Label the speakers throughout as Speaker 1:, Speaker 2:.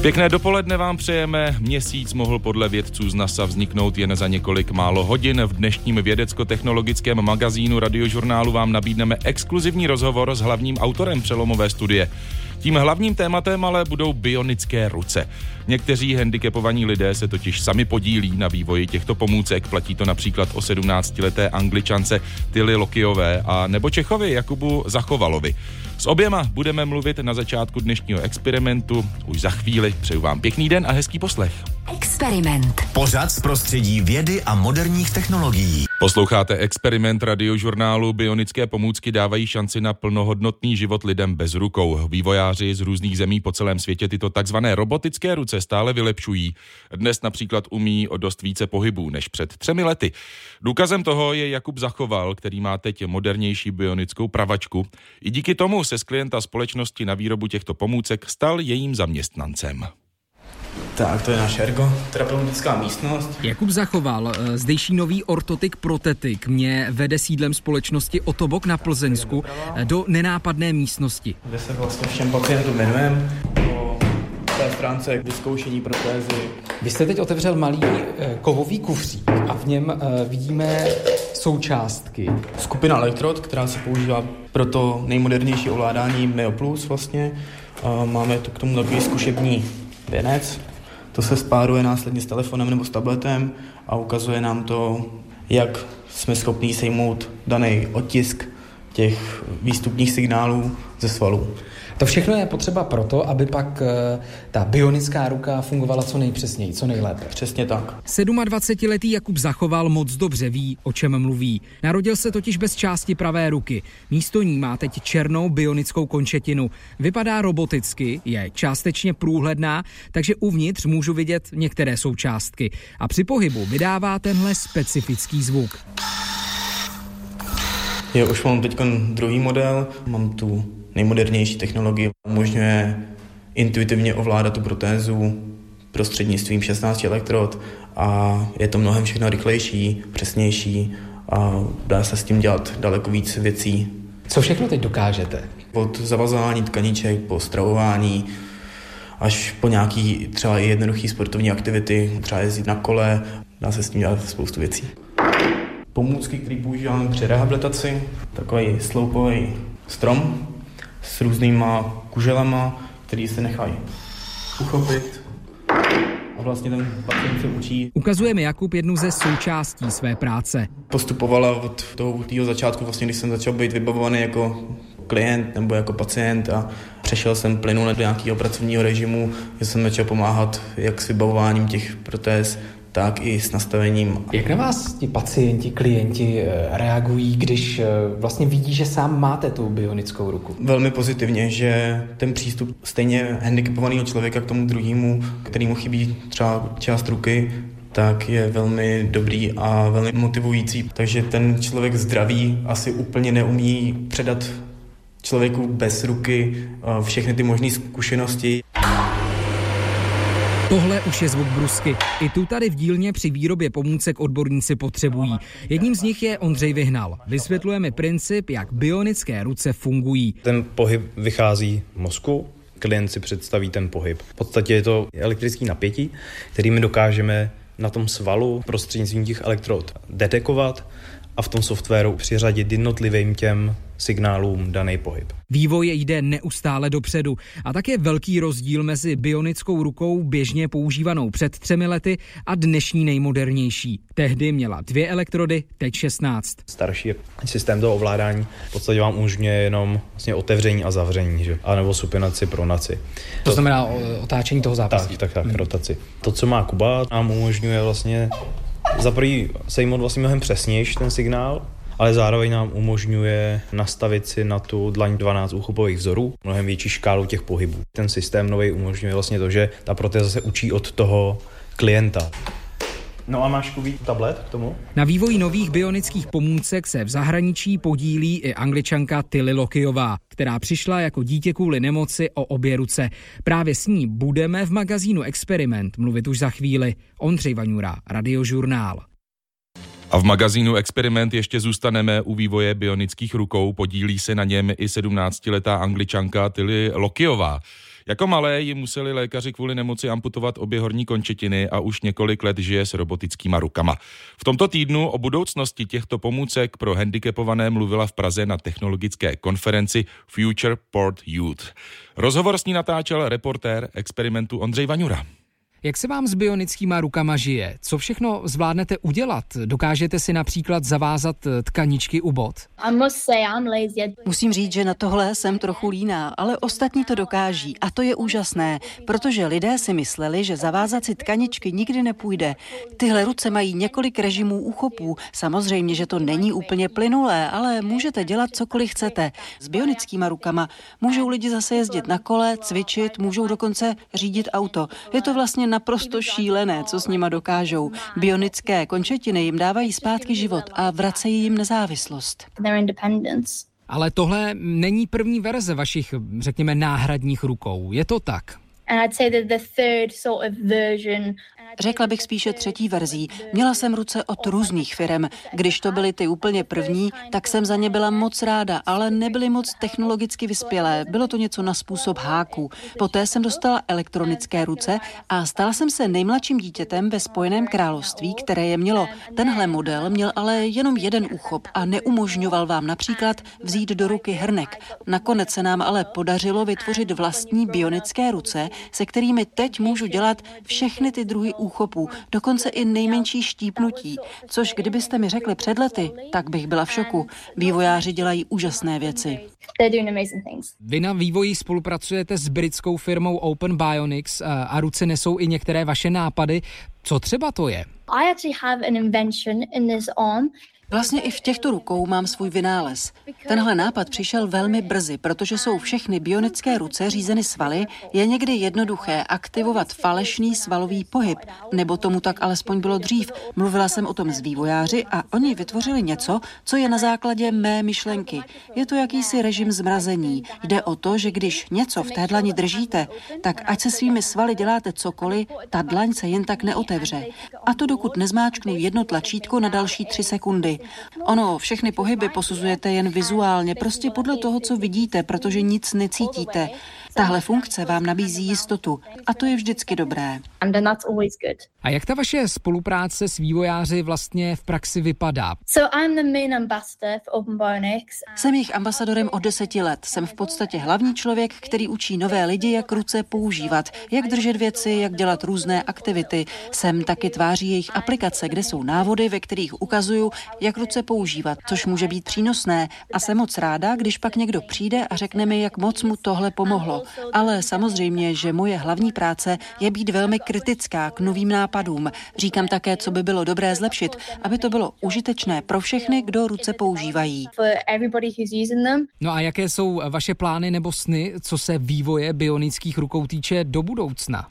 Speaker 1: Pěkné dopoledne vám přejeme. Měsíc mohl podle vědců z NASA vzniknout jen za několik málo hodin. V dnešním vědecko-technologickém magazínu Radiožurnálu vám nabídneme exkluzivní rozhovor s hlavním autorem přelomové studie. Tím hlavním tématem ale budou bionické ruce. Někteří handicapovaní lidé se totiž sami podílí na vývoji těchto pomůcek. Platí to například o 17leté Angličance Tilly Lockeyové a nebo Čechovi Jakubu Zachovalovi. S oběma budeme mluvit na začátku dnešního experimentu. Už za chvíli. Přeju vám pěkný den a hezký poslech.
Speaker 2: Experiment.
Speaker 3: Pořad z prostředí vědy a moderních technologií.
Speaker 1: Posloucháte Experiment Radiožurnálu. Bionické pomůcky dávají šanci na plnohodnotný život lidem bez rukou. Vývojáři z různých zemí po celém světě tyto takzvané robotické ruce stále vylepšují. Dnes například umí o dost více pohybů než před 3 lety. Důkazem toho je Jakub Zachoval, který má teď modernější bionickou pravačku. I díky tomu se z klienta společnosti na výrobu těchto pomůcek stal jejím zaměstnancem.
Speaker 4: Tak, to je naše ergoterapeutická místnost.
Speaker 5: Jakub Zachoval, zdejší nový ortotik protetik, mě vede sídlem společnosti Otobok na Plzeňsku do nenápadné místnosti.
Speaker 4: Kde se vlastně všem pacientům jmenujeme po té stránce vyzkoušení protézy.
Speaker 6: Vy jste teď otevřel malý kovový kufřík a v něm vidíme součástky.
Speaker 4: Skupina elektrod, která se používá pro to nejmodernější ovládání Meo Plus vlastně. Máme k tomu takový zkušební věnec. To se spáruje následně s telefonem nebo s tabletem a ukazuje nám to, jak jsme schopní sejmout daný otisk těch výstupních signálů ze svalů.
Speaker 6: To všechno je potřeba proto, aby pak ta bionická ruka fungovala co nejpřesněji, co nejlépe.
Speaker 4: Přesně tak.
Speaker 5: 27letý Jakub Zachoval moc dobře ví, o čem mluví. Narodil se totiž bez části pravé ruky. Místo ní má teď černou bionickou končetinu. Vypadá roboticky, je částečně průhledná, takže uvnitř můžu vidět některé součástky. A při pohybu vydává tenhle specifický zvuk.
Speaker 4: Už mám teď druhý model, mám tu nejmodernější technologie, umožňuje intuitivně ovládat tu protézu prostřednictvím 16 elektrod a je to mnohem všechno rychlejší, přesnější a dá se s tím dělat daleko víc věcí.
Speaker 6: Co všechno teď dokážete?
Speaker 4: Od zavazování tkaníček po stravování až po nějaký třeba i jednoduchý sportovní aktivity, třeba jezdit na kole, dá se s tím dělat spoustu věcí. Pomůcky, které používáme při rehabilitaci, takový sloupový strom s různýma kuželama, který se nechají uchopit a vlastně ten pacient se učí.
Speaker 5: Ukazuje mi Jakub jednu ze součástí své práce.
Speaker 4: Postupovala od toho začátku, vlastně, když jsem začal být vybavovaný jako klient nebo jako pacient a přešel jsem plynule do nějakého pracovního režimu, že jsem začal pomáhat jak s vybavováním těch protéz, tak i s nastavením.
Speaker 6: Jak na vás ti pacienti, klienti reagují, když vlastně vidí, že sám máte tu bionickou ruku?
Speaker 4: Velmi pozitivně, že ten přístup stejně handicapovaného člověka k tomu druhému, kterému chybí třeba část ruky, tak je velmi dobrý a velmi motivující. Takže ten člověk zdravý asi úplně neumí předat člověku bez ruky všechny ty možné zkušenosti.
Speaker 5: Tohle už je zvuk brusky. I tu tady v dílně při výrobě pomůcek odborníci potřebují. Jedním z nich je Ondřej Vyhnal. Vysvětlujeme princip, jak bionické ruce fungují.
Speaker 7: Ten pohyb vychází z mozku, klient si představí ten pohyb. V podstatě je to elektrický napětí, kterými dokážeme na tom svalu prostřednictvím těch elektrod detekovat a v tom softwaru přiřadit jednotlivým těm signálům daný pohyb.
Speaker 5: Vývoj jde neustále dopředu a tak je velký rozdíl mezi bionickou rukou běžně používanou před 3 lety a dnešní nejmodernější. Tehdy měla 2 elektrody, teď 16.
Speaker 7: Starší systém toho ovládání v podstatě vám umožňuje jenom vlastně otevření a zavření, že? A nebo supinaci, pronaci.
Speaker 6: To znamená otáčení toho zápasí.
Speaker 7: Tak, rotaci. To, co má Kuba, nám umožňuje vlastně za prvý sejmout vlastně mnohem přesnější ten signál, ale zároveň nám umožňuje nastavit si na tu dlaň 12 úchopových vzorů, mnohem větší škálu těch pohybů. Ten systém nový umožňuje vlastně to, že ta protéza se učí od toho klienta. No a máš, Kubí, tablet k tomu?
Speaker 5: Na vývoji nových bionických pomůcek se v zahraničí podílí i Angličanka Tilly Lockeyová, která přišla jako dítě kvůli nemoci o obě ruce. Právě s ní budeme v magazínu Experiment mluvit už za chvíli. Ondřej Vaňura, Radiožurnál.
Speaker 1: A v magazínu Experiment ještě zůstaneme u vývoje bionických rukou. Podílí se na něm i 17letá Angličanka Tilly Lockeyová. Jako malé ji museli lékaři kvůli nemoci amputovat obě horní končetiny a už několik let žije s robotickýma rukama. V tomto týdnu o budoucnosti těchto pomůcek pro handicapované mluvila v Praze na technologické konferenci Future Port Youth. Rozhovor s ní natáčel reportér Experimentu Ondřej Vaňura.
Speaker 5: Jak se vám s bionickýma rukama žije? Co všechno zvládnete udělat? Dokážete si například zavázat tkaničky u bot?
Speaker 2: Musím říct, že na tohle jsem trochu líná, ale ostatní to dokáží a to je úžasné, protože lidé si mysleli, že zavázat si tkaničky nikdy nepůjde. Tyhle ruce mají několik režimů úchopů. Samozřejmě, že to není úplně plynulé, ale můžete dělat cokoliv chcete. S bionickýma rukama můžou lidi zase jezdit na kole, cvičit, můžou dokonce řídit auto. Je to vlastně naprosto šílené, co s nima dokážou. Bionické končetiny jim dávají zpátky život a vracejí jim nezávislost.
Speaker 5: Ale tohle není první verze vašich, řekněme, náhradních rukou. Je to tak?
Speaker 2: Řekla bych spíše třetí verzí. Měla jsem ruce od různých firem. Když to byly ty úplně první, tak jsem za ně byla moc ráda, ale nebyly moc technologicky vyspělé. Bylo to něco na způsob háků. Poté jsem dostala elektronické ruce a stala jsem se nejmladším dítětem ve Spojeném království, které je mělo. Tenhle model měl ale jenom jeden úchop a neumožňoval vám například vzít do ruky hrnek. Nakonec se nám ale podařilo vytvořit vlastní bionické ruce, se kterými teď můžu dělat všechny ty druhy úchopů, dokonce i nejmenší štípnutí, což kdybyste mi řekli před lety, tak bych byla v šoku. Vývojáři dělají úžasné věci.
Speaker 5: Vy na vývoji spolupracujete s britskou firmou Open Bionics a ruce nesou i některé vaše nápady. Co třeba to je?
Speaker 2: Vlastně i v těchto rukou mám svůj vynález. Tenhle nápad přišel velmi brzy, protože jsou všechny bionické ruce řízeny svaly, je někdy jednoduché aktivovat falešný svalový pohyb, nebo tomu tak alespoň bylo dřív. Mluvila jsem o tom s vývojáři a oni vytvořili něco, co je na základě mé myšlenky. Je to jakýsi režim zmrazení. Jde o to, že když něco v té dlani držíte, tak ať se svými svaly děláte cokoliv, ta dlaň se jen tak neotevře. A to dokud nezmáčknu jedno tlačítko na další 3 sekundy. Ono, všechny pohyby posuzujete jen vizuálně, prostě podle toho, co vidíte, protože nic necítíte. Tahle funkce vám nabízí jistotu a to je vždycky dobré.
Speaker 5: A jak ta vaše spolupráce s vývojáři vlastně v praxi vypadá?
Speaker 2: Jsem jejich ambasadorem od 10 let. Jsem v podstatě hlavní člověk, který učí nové lidi, jak ruce používat, jak držet věci, jak dělat různé aktivity. Jsem taky tváří jejich aplikace, kde jsou návody, ve kterých ukazuju, jak ruce používat, což může být přínosné. A jsem moc ráda, když pak někdo přijde a řekne mi, jak moc mu tohle pomohlo. Ale samozřejmě, že moje hlavní práce je být velmi kritická k novým nápadům. Říkám také, co by bylo dobré zlepšit, aby to bylo užitečné pro všechny, kdo ruce používají.
Speaker 5: No a jaké jsou vaše plány nebo sny, co se vývoje bionických rukou týče do budoucna?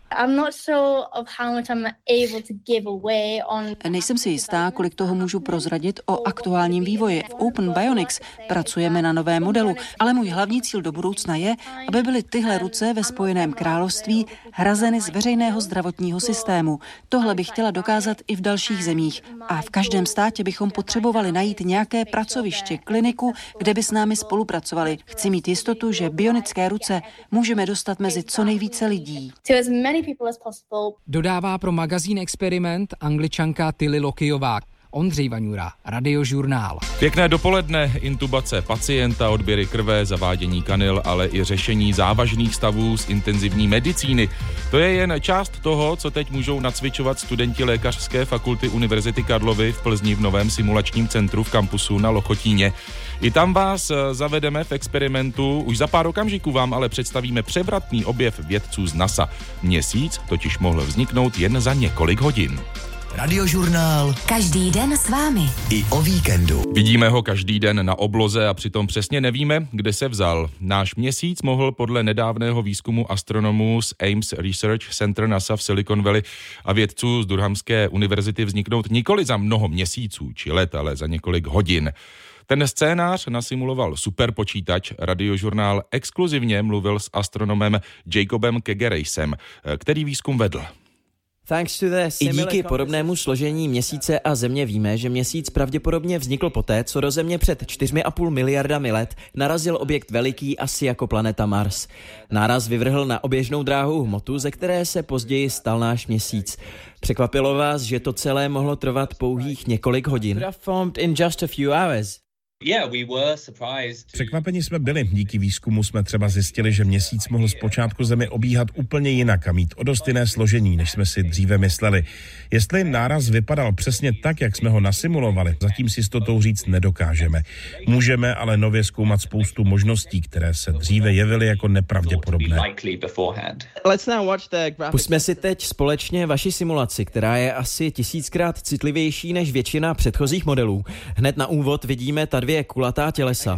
Speaker 2: Nejsem si jistá, kolik toho můžu prozradit o aktuálním vývoji. V Open Bionics pracujeme na novém modelu, ale můj hlavní cíl do budoucna je, aby byly tyhle ruce ve Spojeném království hrazeny z veřejného zdravotního systému. Tohle bych chtěla dokázat i v dalších zemích. A v každém státě bychom potřebovali najít nějaké pracoviště, kliniku, kde by s námi spolupracovali. Chci mít jistotu, že bionické ruce můžeme dostat mezi co nejvíce lidí.
Speaker 5: Dodává pro magazín Experiment Angličanka Tilly Lokijová. Ondřej Vaňura, Radiožurnál.
Speaker 1: Pěkné dopoledne, intubace pacienta, odběry krve, zavádění kanil, ale i řešení závažných stavů z intenzivní medicíny. To je jen část toho, co teď můžou nacvičovat studenti Lékařské fakulty Univerzity Karlovy v Plzni v novém simulačním centru v kampusu na Lochotíně. I tam vás zavedeme v experimentu. Už za pár okamžiků vám ale představíme převratný objev vědců z NASA. Měsíc totiž mohl vzniknout jen za několik hodin.
Speaker 3: Radiožurnál.
Speaker 8: Každý den s vámi.
Speaker 3: I o víkendu.
Speaker 1: Vidíme ho každý den na obloze a přitom přesně nevíme, kde se vzal. Náš Měsíc mohl podle nedávného výzkumu astronomů z Ames Research Center NASA v Silicon Valley a vědců z Durhamské univerzity vzniknout nikoli za mnoho měsíců či let, ale za několik hodin. Ten scénář nasimuloval superpočítač. Radiožurnál exkluzivně mluvil s astronomem Jacobem Kegereisem, který výzkum vedl.
Speaker 8: I díky podobnému složení Měsíce a Země víme, že Měsíc pravděpodobně vznikl poté, co do Země před 4,5 miliardami let narazil objekt veliký asi jako planeta Mars. Náraz vyvrhl na oběžnou dráhu hmotu, ze které se později stal náš Měsíc. Překvapilo vás, že to celé mohlo trvat pouhých několik hodin?
Speaker 9: Překvapeni jsme byli. Díky výzkumu jsme třeba zjistili, že Měsíc mohl zpočátku Zemi obíhat úplně jinak a mít o dost jiné složení, než jsme si dříve mysleli. Jestli náraz vypadal přesně tak, jak jsme ho nasimulovali, zatím s jistotou říct nedokážeme. Můžeme ale nově zkoumat spoustu možností, které se dříve jevily jako nepravděpodobné.
Speaker 8: Pusťme si teď společně vaši simulaci, která je asi 1000krát citlivější než většina předchozích modelů. Hned na úvod vidíme ta dvě kulatá tělesa.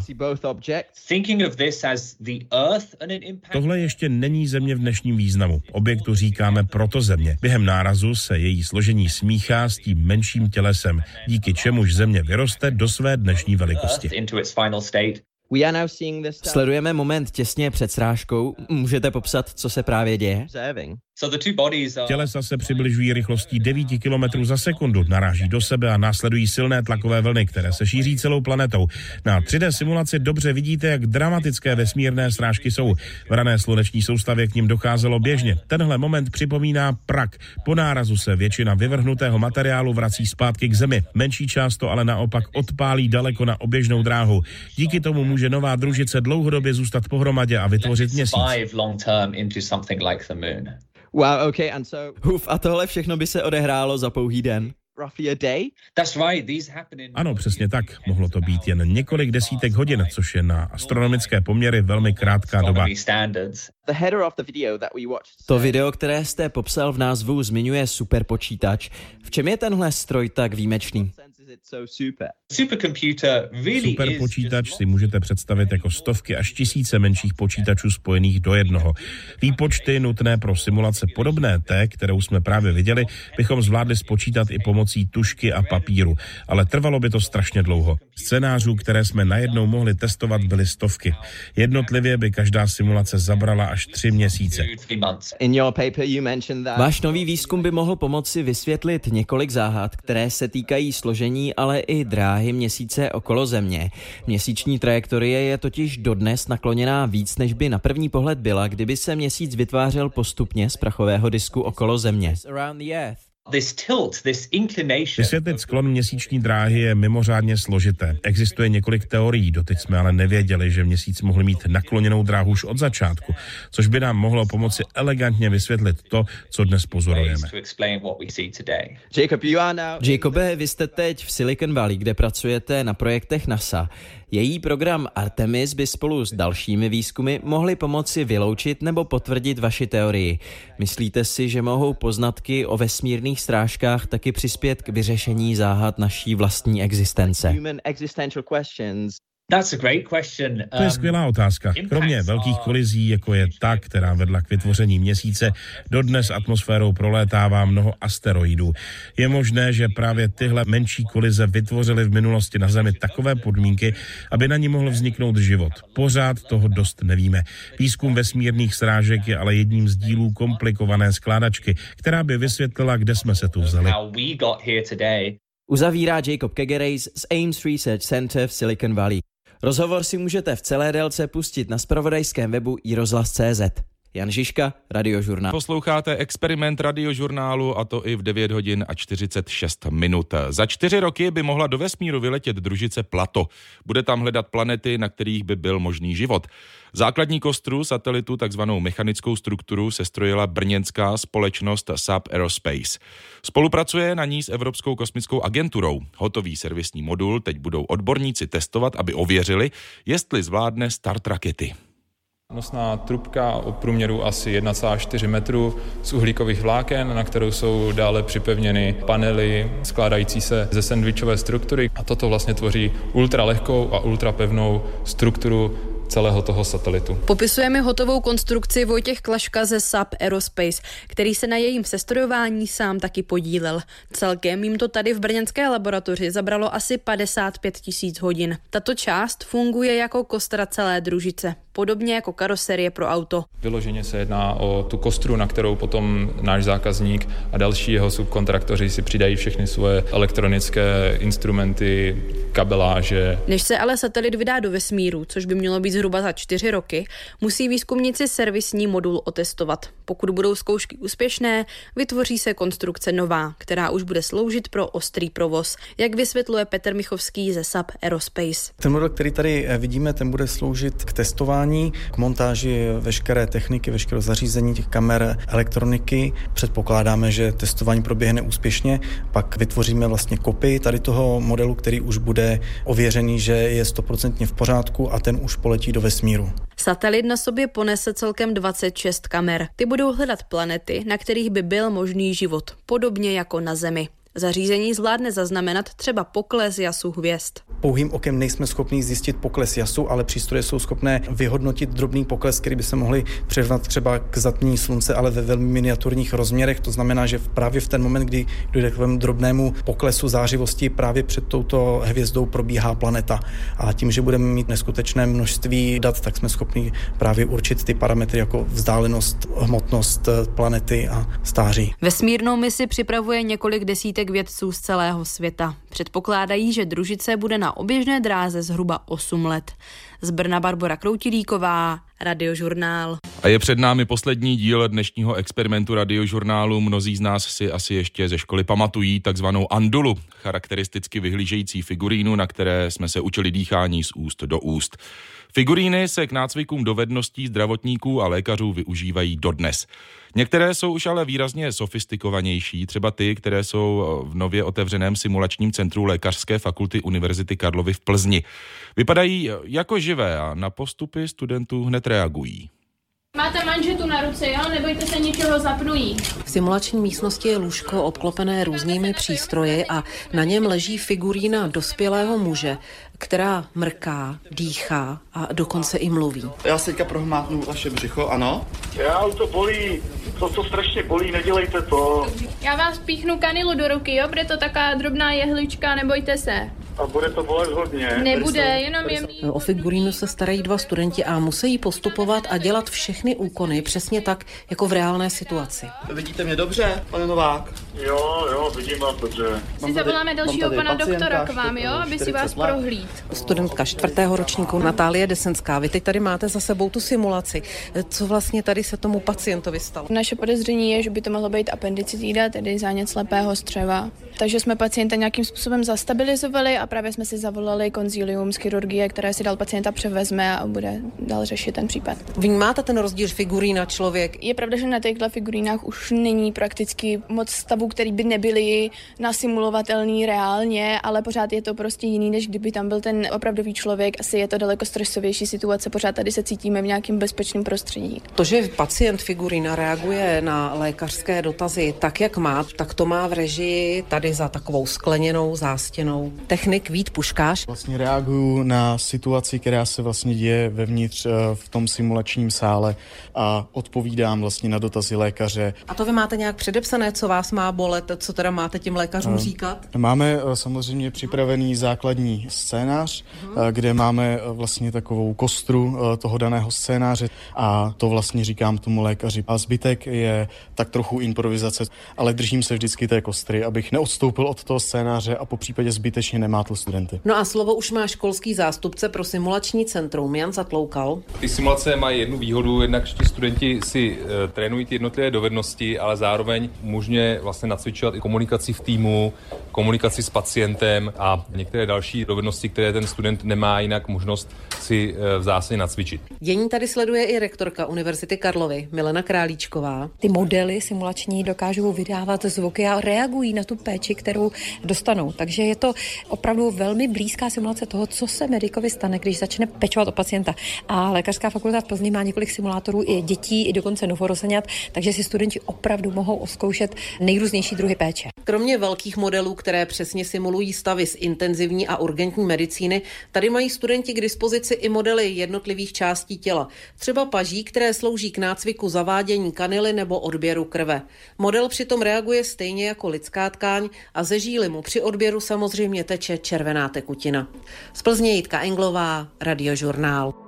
Speaker 9: Tohle ještě není Země v dnešním významu. Objektu říkáme protozemě. Během nárazu se její složení smíchá s tím menším tělesem, díky čemuž Země vyroste do své dnešní velikosti.
Speaker 8: Sledujeme moment těsně před srážkou. Můžete popsat, co se právě děje?
Speaker 9: Tělesa se přibližují rychlostí 9 km za sekundu, naráží do sebe a následují silné tlakové vlny, které se šíří celou planetou. Na 3D simulaci dobře vidíte, jak dramatické vesmírné srážky jsou. V rané sluneční soustavě k nim docházelo běžně. Tenhle moment připomíná prak. Po nárazu se většina vyvrhnutého materiálu vrací zpátky k Zemi. Menší část to ale naopak odpálí daleko na oběžnou dráhu. Díky tomu může nová družice dlouhodobě zůstat pohromadě a vytvořit Měsíc.
Speaker 8: A tohle všechno by se odehrálo za pouhý den.
Speaker 9: Ano, přesně tak. Mohlo to být jen několik desítek hodin, což je na astronomické poměry velmi krátká doba.
Speaker 8: To video, které jste popsal v názvu, zmiňuje superpočítač. V čem je tenhle stroj tak výjimečný?
Speaker 9: Superpočítač si můžete představit jako stovky až tisíce menších počítačů spojených do jednoho. Výpočty nutné pro simulace podobné té, kterou jsme právě viděli, bychom zvládli spočítat i pomocí tužky a papíru, ale trvalo by to strašně dlouho. Scénářů, které jsme najednou mohli testovat, byly stovky. Jednotlivě by každá simulace zabrala až 3 měsíce.
Speaker 8: Váš nový výzkum by mohl pomoci vysvětlit několik záhad, které se týkají složení, ale i dráhy Měsíce okolo Země. Měsíční trajektorie je totiž dodnes nakloněná víc, než by na první pohled byla, kdyby se Měsíc vytvářel postupně z prachového disku okolo Země.
Speaker 9: Vysvětlit sklon měsíční dráhy je mimořádně složité. Existuje několik teorií, doteď jsme ale nevěděli, že Měsíc mohl mít nakloněnou dráhu už od začátku, což by nám mohlo pomoci elegantně vysvětlit to, co dnes pozorujeme.
Speaker 8: Jacobe, vy jste teď v Silicon Valley, kde pracujete na projektech NASA. Její program Artemis by spolu s dalšími výzkumy mohly pomoci vyloučit nebo potvrdit vaši teorii. Myslíte si, že mohou poznatky o vesmírných srážkách taky přispět k vyřešení záhad naší vlastní existence?
Speaker 9: To je skvělá otázka. Kromě velkých kolizí, jako je ta, která vedla k vytvoření Měsíce, dodnes atmosférou prolétává mnoho asteroidů. Je možné, že právě tyhle menší kolize vytvořily v minulosti na Zemi takové podmínky, aby na ní mohl vzniknout život. Pořád toho dost nevíme. Výzkum vesmírných srážek je ale jedním z dílů komplikované skládačky, která by vysvětlila, kde jsme se tu vzali.
Speaker 8: Uzavírá Jacob Kegereis z Ames Research Center v Silicon Valley. Rozhovor si můžete v celé délce pustit na zpravodajském webu iRozhlas.cz. Jan Žižka, Radiožurnál.
Speaker 1: Posloucháte Experiment Radiožurnálu, a to i v 9 hodin a 46 minut. Za 4 roky by mohla do vesmíru vyletět družice Plato. Bude tam hledat planety, na kterých by byl možný život. Základní kostru satelitu, takzvanou mechanickou strukturu, sestrojila brněnská společnost SAP Aerospace. Spolupracuje na ní s Evropskou kosmickou agenturou. Hotový servisní modul teď budou odborníci testovat, aby ověřili, jestli zvládne start rakety.
Speaker 10: Nosná trubka o průměru asi 1,4 metru z uhlíkových vláken, na kterou jsou dále připevněny panely skládající se ze sendvičové struktury. A toto vlastně tvoří ultralehkou a ultrapevnou strukturu celého toho satelitu.
Speaker 11: Popisujeme hotovou konstrukci Vojtěch Klaška ze SAP Aerospace, který se na jejím sestrojování sám taky podílel. Celkem jim to tady v brněnské laboratoři zabralo asi 55 000 hodin. Tato část funguje jako kostra celé družice. podobně jako karoserie pro auto.
Speaker 10: Vyloženě se jedná o tu kostru, na kterou potom náš zákazník a další jeho subkontraktoři si přidají všechny svoje elektronické instrumenty, kabeláže.
Speaker 11: Než se ale satelit vydá do vesmíru, což by mělo být zhruba za 4 roky, musí výzkumníci servisní modul otestovat. Pokud budou zkoušky úspěšné, vytvoří se konstrukce nová, která už bude sloužit pro ostrý provoz, jak vysvětluje Petr Michovský ze SAP Aerospace.
Speaker 12: Ten model, který tady vidíme, ten bude sloužit k testování, k montáži veškeré techniky, veškerého zařízení, těch kamer, elektroniky. Předpokládáme, že testování proběhne úspěšně, pak vytvoříme vlastně kopii tady toho modelu, který už bude ověřený, že je 100% v pořádku a ten už poletí do vesmíru.
Speaker 11: Satelit na sobě ponese celkem 26 kamer. Ty budou hledat planety, na kterých by byl možný život, podobně jako na Zemi. Zařízení zvládne zaznamenat třeba pokles jasu hvězd.
Speaker 12: Pouhým okem nejsme schopni zjistit pokles jasu, ale přístroje jsou schopné vyhodnotit drobný pokles, který by se mohli přirovnat třeba k zatmění slunce, ale ve velmi miniaturních rozměrech. To znamená, že právě v ten moment, kdy dojde k drobnému poklesu zářivosti, právě před touto hvězdou probíhá planeta. A tím, že budeme mít neskutečné množství dat, tak jsme schopni právě určit ty parametry jako vzdálenost, hmotnost planety a stáří.
Speaker 11: Vesmírnou misi připravuje několik desítek vědců z celého světa. Předpokládají, že družice bude na oběžné dráze zhruba 8 let. Z Brna Barbora Kroutilíková, Radiožurnál.
Speaker 1: A je před námi poslední díl dnešního experimentu Radiožurnálu. Mnozí z nás si asi ještě ze školy pamatují takzvanou andulu, charakteristicky vyhlížející figurínu, na které jsme se učili dýchání z úst do úst. Figuríny se k nácvikům dovedností zdravotníků a lékařů využívají dodnes. Některé jsou už ale výrazně sofistikovanější, třeba ty, které jsou v nově otevřeném simulačním centru Lékařské fakulty Univerzity Karlovy v Plzni. Vypadají jako živé a na postupy studentů hned reagují.
Speaker 13: Máte manžetu na ruce, jo? Nebojte se ničeho, zapnují.
Speaker 2: V simulační místnosti je lůžko obklopené různými přístroji a na něm leží figurína dospělého muže, která mrká, dýchá a dokonce i mluví.
Speaker 14: Já se teďka prohmátnu vaše břicho, ano?
Speaker 15: Já to bolí, to strašně bolí, nedělejte to.
Speaker 13: Já vás píchnu kanilu do ruky, jo? Bude to taková drobná jehlička, nebojte se.
Speaker 15: A bude to bolet hodně?
Speaker 13: Nebude, jenom jemný.
Speaker 2: O figurínu se starají 2 studenti a musí postupovat a dělat všechny úkony přesně tak, jako v reálné situaci.
Speaker 14: Vidíte mě dobře, pane Novák?
Speaker 15: Jo, vidím vás dobře.
Speaker 13: Si zavoláme dalšího pana doktora k vám, jo? Aby si vás prohlíd.
Speaker 2: Studentka 4. ročníku Natálie Desenská. Vy teď tady máte za sebou tu simulaci. Co vlastně tady se tomu pacientovi stalo?
Speaker 16: Naše podezření je, že by to mohlo být appendicitída, tedy zánět slepého střeva. Takže jsme pacienta nějakým způsobem zastabilizovali a právě jsme si zavolali konzílium z chirurgie, které si dal pacienta převezme a bude dál řešit ten případ.
Speaker 2: Vnímáte ten rozdíl figurína člověk?
Speaker 16: Je pravda, že na těchto figurínách už není prakticky moc stavů, který by nebyly nasimulovatelný reálně, ale pořád je to prostě jiný, než kdyby tam byl ten opravdový člověk. Asi je to daleko stresovější situace, pořád tady se cítíme v nějakém bezpečném prostředí.
Speaker 2: To, že pacient figurína reaguje na lékařské dotazy tak, jak má, tak to má v režii tady za takovou skleněnou zástěnou technik Vít Puškáš.
Speaker 17: Vlastně reaguju na situaci, která se vlastně děje vevnitř v tom simulačním sále a odpovídám vlastně na dotazy lékaře.
Speaker 2: A to vy máte nějak předepsané, co vás má bolet, co teda máte těm lékařům říkat?
Speaker 17: Máme samozřejmě připravený základní scénář, kde máme vlastně takovou kostru toho daného scénáře a to vlastně říkám tomu lékaři. A zbytek je tak trochu improvizace, ale držím se vždycky té kostry, abych neodstoupil od toho scénáře a po případě zbytečně nemátl studenty.
Speaker 2: No a slovo už má školský zástupce pro simulační centrum Jan Zatloukal.
Speaker 18: Ty simulace mají jednu výhodu, jednak že studenti si trénují ty jednotlivé dovednosti, ale zároveň umožňuje vlastně nacvičovat i komunikaci v týmu, komunikaci s pacientem a některé další dovednosti, které ten student nemá jinak možnost si v zásadě nacvičit.
Speaker 2: Dění tady sleduje i rektorka Univerzity Karlovy Milena Králíčková.
Speaker 19: Ty modely simulační dokážou vydávat zvuky a reagují na tu péči, kterou dostanou. Takže je to opravdu velmi blízká simulace toho, co se medikovi stane, když začne pečovat o pacienta. A Lékařská fakulta v Plzni má několik simulátorů i dětí, i dokonce novorozenat, takže si studenti opravdu mohou odzkoušet nejrůznější druhy péče.
Speaker 2: Kromě velkých modelů, které přesně simulují stavy z intenzivní a urgentní medicíny, tady mají studenti k dispozici i modely jednotlivých částí těla. Třeba paží, které slouží k nácviku zavádění kanily nebo odběru krve. Model přitom reaguje stejně jako lidská tkáň a ze žíly mu při odběru samozřejmě teče červená tekutina. Z Plzně Jitka Englová, Radiožurnál.